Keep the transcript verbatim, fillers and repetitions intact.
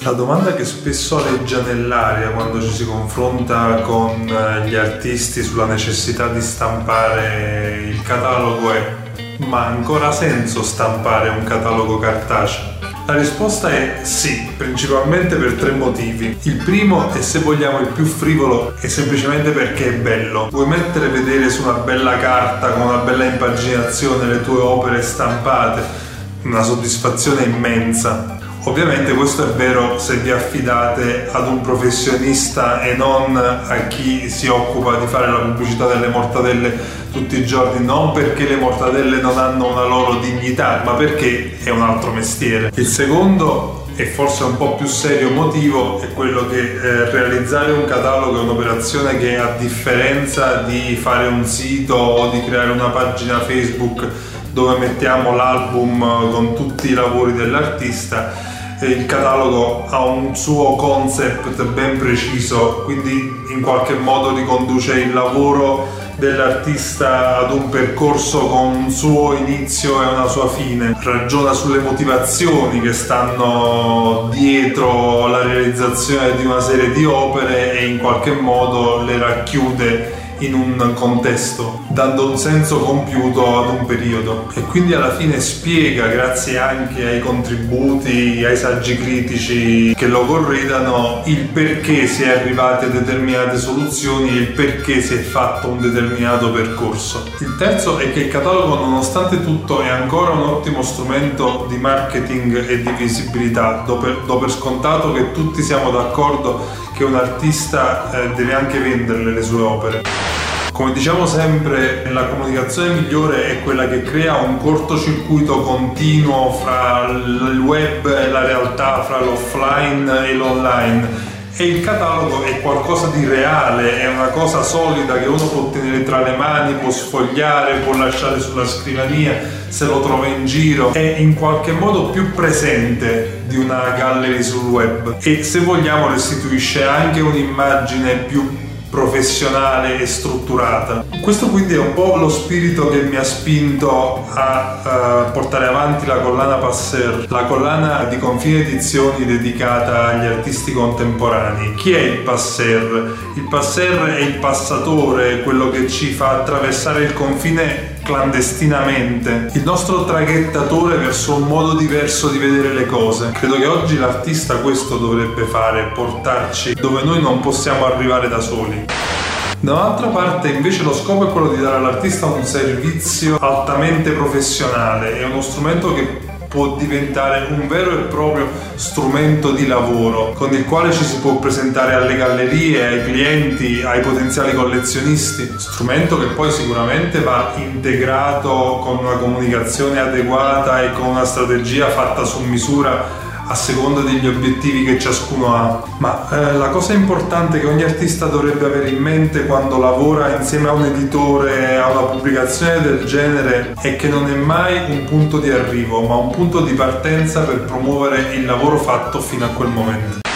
La domanda che spesso aleggia nell'aria quando ci si confronta con gli artisti sulla necessità di stampare il catalogo è: ma ha ancora senso stampare un catalogo cartaceo? La risposta è sì, principalmente per tre motivi. Il primo, e se vogliamo il più frivolo, è semplicemente perché è bello. Vuoi mettere a vedere su una bella carta con una bella impaginazione le tue opere stampate? Una soddisfazione immensa. Ovviamente questo è vero se vi affidate ad un professionista e non a chi si occupa di fare la pubblicità delle mortadelle tutti i giorni, non perché le mortadelle non hanno una loro dignità, ma perché è un altro mestiere. Il secondo, e forse un po' più serio motivo, è quello che eh, realizzare un catalogo è un'operazione che, a differenza di fare un sito o di creare una pagina Facebook dove mettiamo l'album con tutti i lavori dell'artista, il catalogo ha un suo concept ben preciso, quindi in qualche modo riconduce il lavoro dell'artista ad un percorso con un suo inizio e una sua fine, ragiona sulle motivazioni che stanno dietro la realizzazione di una serie di opere e in qualche modo le racchiude in un contesto, dando un senso compiuto ad un periodo, e quindi alla fine spiega, grazie anche ai contributi, ai saggi critici che lo corredano, il perché si è arrivati a determinate soluzioni e il perché si è fatto un determinato percorso. Il terzo è che il catalogo, nonostante tutto, è ancora un ottimo strumento di marketing e di visibilità. Do per, do per scontato che tutti siamo d'accordo che un artista eh, deve anche venderle le sue opere. Come diciamo sempre, la comunicazione migliore è quella che crea un cortocircuito continuo fra il web e la realtà, fra l'offline e l'online. E il catalogo è qualcosa di reale, è una cosa solida che uno può tenere tra le mani, può sfogliare, può lasciare sulla scrivania se lo trova in giro, è in qualche modo più presente di una gallery sul web e, se vogliamo, restituisce anche un'immagine più professionale e strutturata. Questo quindi è un po' lo spirito che mi ha spinto a uh, portare avanti la collana Passer, la collana di Confine Edizioni dedicata agli artisti contemporanei. Chi è il Passer? Il Passer è il passatore, quello che ci fa attraversare il confine clandestinamente, il nostro traghettatore verso un modo diverso di vedere le cose. Credo che oggi l'artista questo dovrebbe fare, portarci dove noi non possiamo arrivare da soli. Da un'altra parte, invece, lo scopo è quello di dare all'artista un servizio altamente professionale, è uno strumento che può diventare un vero e proprio strumento di lavoro con il quale ci si può presentare alle gallerie, ai clienti, ai potenziali collezionisti, strumento che poi sicuramente va integrato con una comunicazione adeguata e con una strategia fatta su misura a seconda degli obiettivi che ciascuno ha. Ma eh, la cosa importante che ogni artista dovrebbe avere in mente quando lavora insieme a un editore, a una pubblicazione del genere, è che non è mai un punto di arrivo, ma un punto di partenza per promuovere il lavoro fatto fino a quel momento.